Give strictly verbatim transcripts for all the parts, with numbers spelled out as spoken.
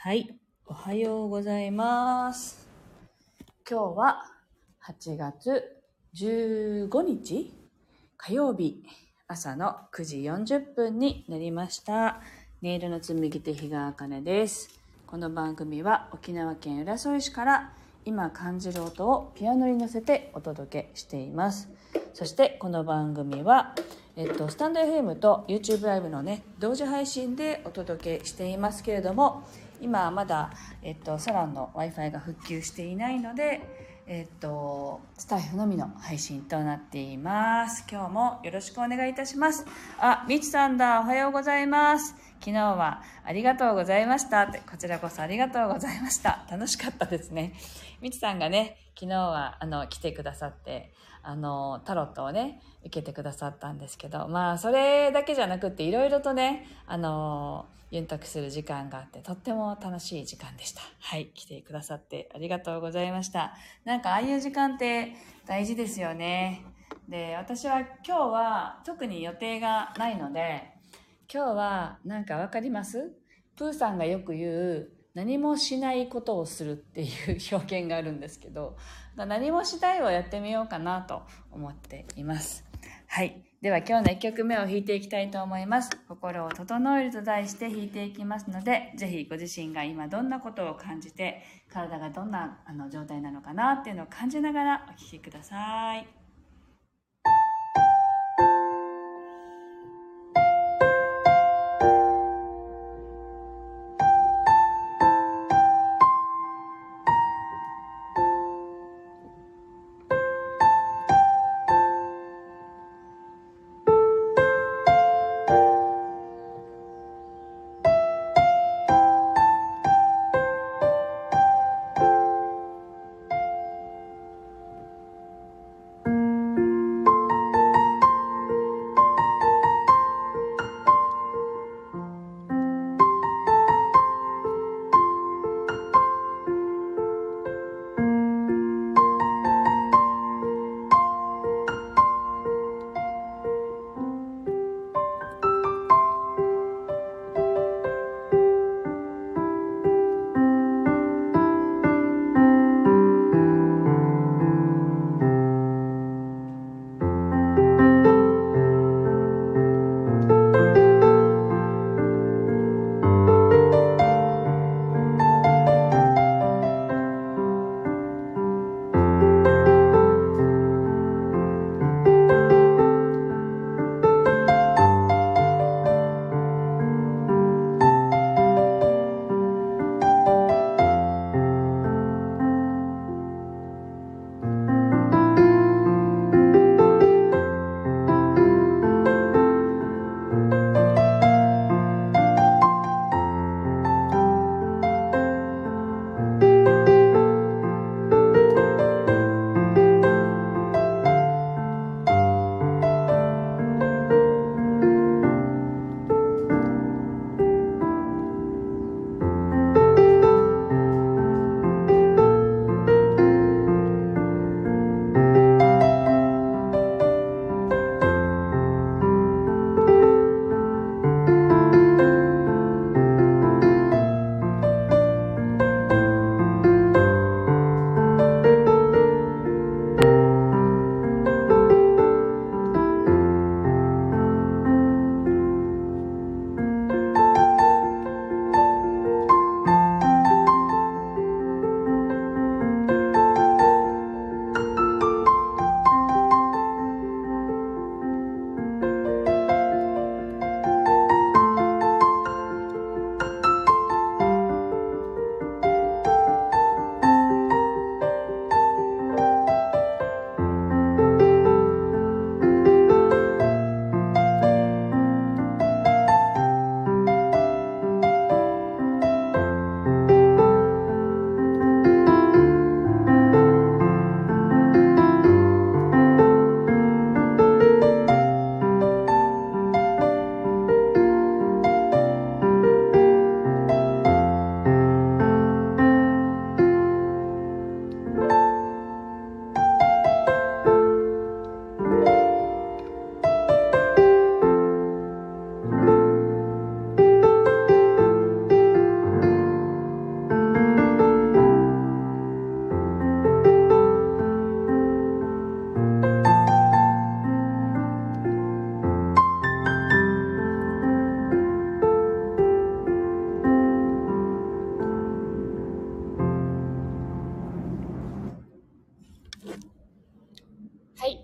はい、おはようございます。今日ははちがつじゅうごにち火曜日朝のくじよんじゅっぷんになりました。ネイルの紡手日川茜です。この番組は沖縄県浦添市から今感じる音をピアノに乗せてお届けしています。そしてこの番組はえっと、スタンド エフエム と YouTube ライブのね同時配信でお届けしていますけれども、今はまだ、えっと、サロンの Wi-Fi が復旧していないので、えっと、スタイフのみの配信となっています。今日もよろしくお願いいたします。あ、みちさんだ、おはようございます。昨日はありがとうございましたって。こちらこそありがとうございました。楽しかったですね。みちさんがね、昨日はあの来てくださって、あのタロットをね受けてくださったんですけど、まあそれだけじゃなくっていろいろとね、あのユンタクする時間があって、とっても楽しい時間でした。はい、来てくださってありがとうございました。なんかああいう時間って大事ですよね。で、私は今日は特に予定がないので、今日はなんかわかります？プーさんがよく言う何もしないことをするっていう表現があるんですけど、何もしたいをやってみようかなと思っています。はい。では今日のいっきょくめを弾いていきたいと思います。心を整えると題して弾いていきますので、ぜひご自身が今どんなことを感じて、体がどんなあの状態なのかなっていうのを感じながらお聴きください。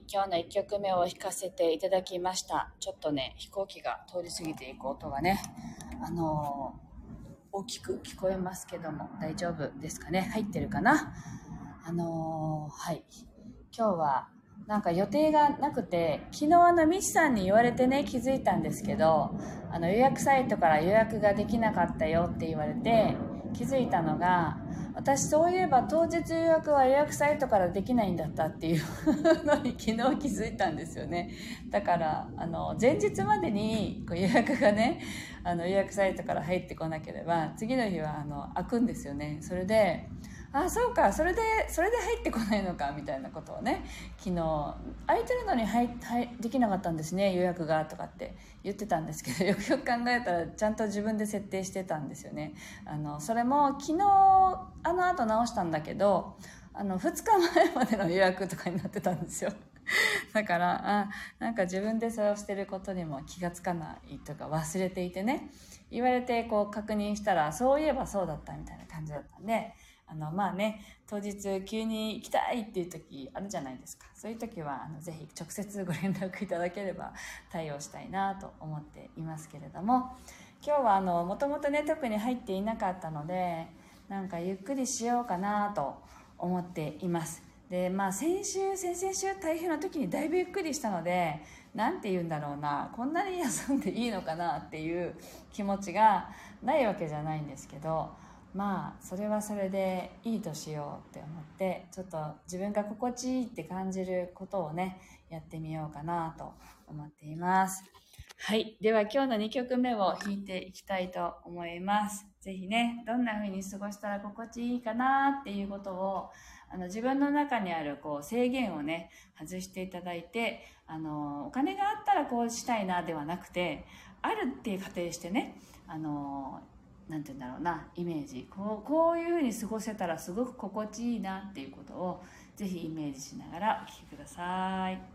今日のいっきょくめを弾かせていただきました。ちょっとね、飛行機が通り過ぎていく音がね、あのー、大きく聞こえますけども、大丈夫ですかね。入ってるかな。あのー、はい。今日はなんか予定がなくて、昨日あのミチさんに言われてね、気づいたんですけど、あの予約サイトから予約ができなかったよって言われて、気づいたのが、私そういえば当日予約は予約サイトからできないんだったっていうのに昨日気づいたんですよね。だからあの前日までにこう予約がね、あの予約サイトから入ってこなければ次の日はあの開くんですよね。それであ、そうか、それでそれで入ってこないのかみたいなことをね、昨日空いてるのに入入できなかったんですね、予約がとかって言ってたんですけど、よくよく考えたらちゃんと自分で設定してたんですよね。あのそれも昨日あの後直したんだけど、あのふつかまえまでの予約とかになってたんですよ。だからあなんか自分でそれをしてることにも気がつかないとか忘れていてね、言われてこう確認したらそういえばそうだったみたいな感じだったんで、あのまあね、当日急に行きたいっていう時あるじゃないですか。そういう時はあのぜひ直接ご連絡いただければ対応したいなと思っていますけれども、今日はあのもともとね特に入っていなかったので、なんかゆっくりしようかなと思っています。でまあ先週先々週台風の時にだいぶゆっくりしたので、なんて言うんだろうな、こんなに休んでいいのかなっていう気持ちがないわけじゃないんですけど、まあそれはそれでいいとしようって思って、ちょっと自分が心地いいって感じることをねやってみようかなと思っています。はい、では今日のにきょくめを弾いていきたいと思います。ぜひね、どんな風に過ごしたら心地いいかなっていうことを、あの自分の中にあるこう制限をね外していただいて、あのお金があったらこうしたいなではなくて、あるっていう仮定してね、あのなんて言うんだろうな、イメージ、こう、こういう風に過ごせたらすごく心地いいなっていうことをぜひイメージしながらお聴きください。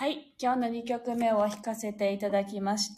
い、今日のにきょくめを弾かせていただきました。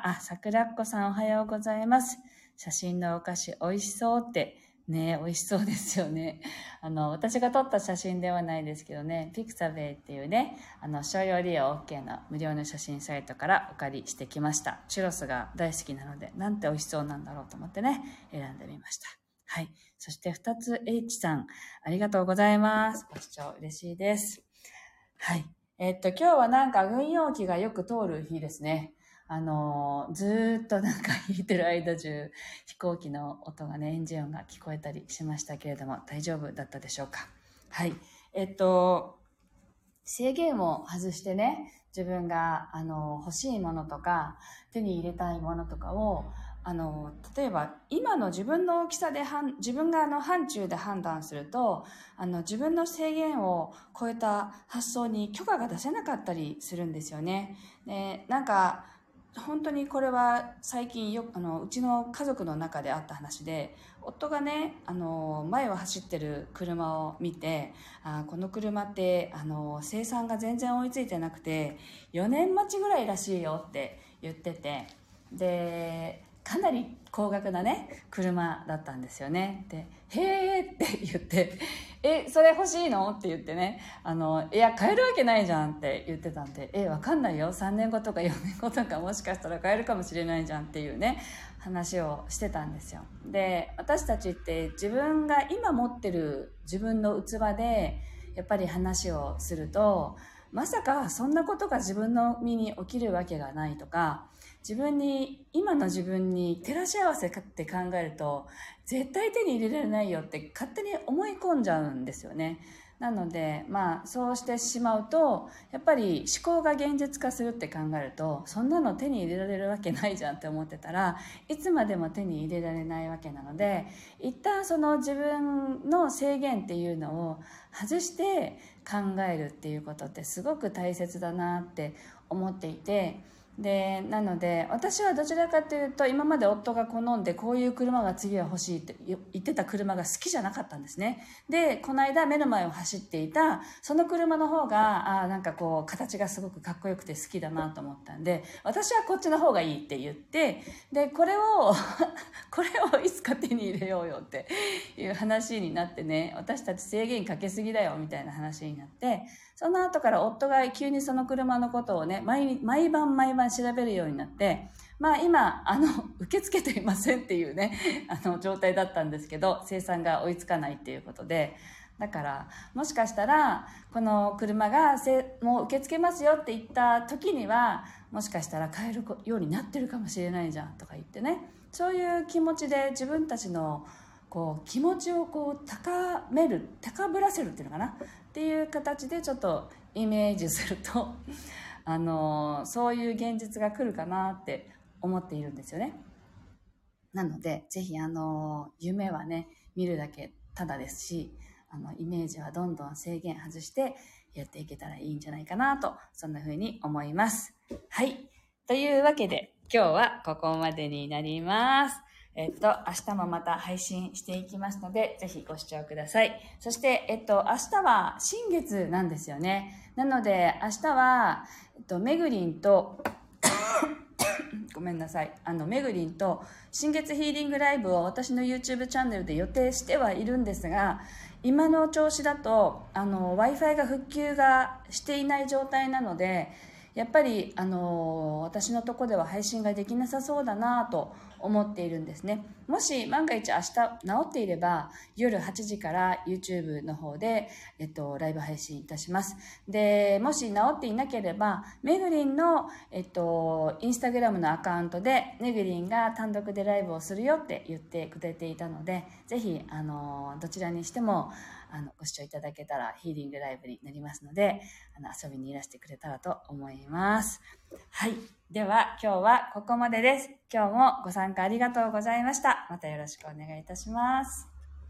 あ、桜っ子さんおはようございます。写真のお菓子美味しそうってね、美味しそうですよね。あの、私が撮った写真ではないですけどね、ピクサベイっていうね、あの、商用利用 OK の無料の写真サイトからお借りしてきました。チュロスが大好きなので、なんて美味しそうなんだろうと思ってね、選んでみました。はい。そしてふたつ H さん、ありがとうございます。ご視聴嬉しいです。はい。えっと、今日はなんか軍用機がよく通る日ですね。あの、ずーっとなんか弾いてる間中、飛行機の音がね、エンジン音が聞こえたりしましたけれども、大丈夫だったでしょうか。はい。えっと、制限を外してね、自分が、あの、欲しいものとか、手に入れたいものとかを、あの、例えば、今の自分の大きさで、自分があの、範疇で判断すると、あの、自分の制限を超えた発想に許可が出せなかったりするんですよね。で、なんか、本当にこれは最近よあのうちの家族の中であった話で、夫がね、あの前を走ってる車を見て、あこの車ってあの生産が全然追いついてなくてよねん待ちぐらいらしいよって言ってて、でかなり高額なね車だったんですよね。でへーって言ってえそれ欲しいのって言ってね、あのいや買えるわけないじゃんって言ってたんで、えわかんないよ、さんねんごとかよねんごとかもしかしたら買えるかもしれないじゃんっていうね話をしてたんですよ。で私たちって自分が今持ってる自分の器でやっぱり話をすると、まさかそんなことが自分の身に起きるわけがないとか、自分に今の自分に照らし合わせって考えると絶対手に入れられないよって勝手に思い込んじゃうんですよね。なのでまあそうしてしまうと、やっぱり思考が現実化するって考えると、そんなの手に入れられるわけないじゃんって思ってたらいつまでも手に入れられないわけなので、一旦その自分の制限っていうのを外して考えるっていうことってすごく大切だなって思っていて、でなので私はどちらかというと、今まで夫が好んでこういう車が次は欲しいって言ってた車が好きじゃなかったんですね。でこの間目の前を走っていたその車の方があなんかこう形がすごくかっこよくて好きだなと思ったんで、私はこっちの方がいいって言って、でこれをこれをいつか手に入れようよっていう話になってね、私たち制限かけすぎだよみたいな話になって、その後から夫が急にその車のことをね 毎, 毎晩毎晩調べるようになって、まあ今あの受け付けていませんっていうねあの状態だったんですけど、生産が追いつかないっていうことで、だからもしかしたらこの車がせもう受け付けますよって言った時には、もしかしたら買えるようになってるかもしれないじゃんとか言ってね、そういう気持ちで自分たちのこう気持ちをこう高める高ぶらせるっていうのかなっていう形でちょっとイメージするとあのそういう現実が来るかなって思っているんですよね。なのでぜひあの夢はね見るだけただですし、あのイメージはどんどん制限外してやっていけたらいいんじゃないかなと、そんな風に思います。はい。というわけで今日はここまでになります。えっと、明日もまた配信していきますので、ぜひご視聴ください。そして、えっと、明日は新月なんですよね。なので、明日は、えっと、めぐりんと、ごめんなさい。あの、めぐりんと新月ヒーリングライブを私の YouTube チャンネルで予定してはいるんですが、今の調子だと、あの、Wi-Fi が復旧がしていない状態なので、やっぱり、あの私のとこでは配信ができなさそうだなと思っているんですね。もし万が一明日治っていれば夜はちじから YouTube の方で、えっと、ライブ配信いたします。でもし治っていなければめぐりんの、えっと、インスタグラムのアカウントでめぐりんが単独でライブをするよって言ってくれていたので、ぜひあのどちらにしてもあのご視聴いただけたらヒーリングライブになりますので、あの遊びにいらしてくれたらと思います。はい。では今日はここまでです。今日もご参加ありがとうございました。またよろしくお願いいたします。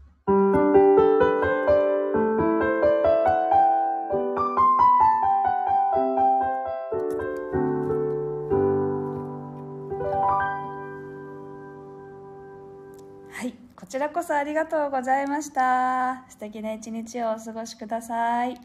はい。こちらこそありがとうございました。素敵な一日をお過ごしください。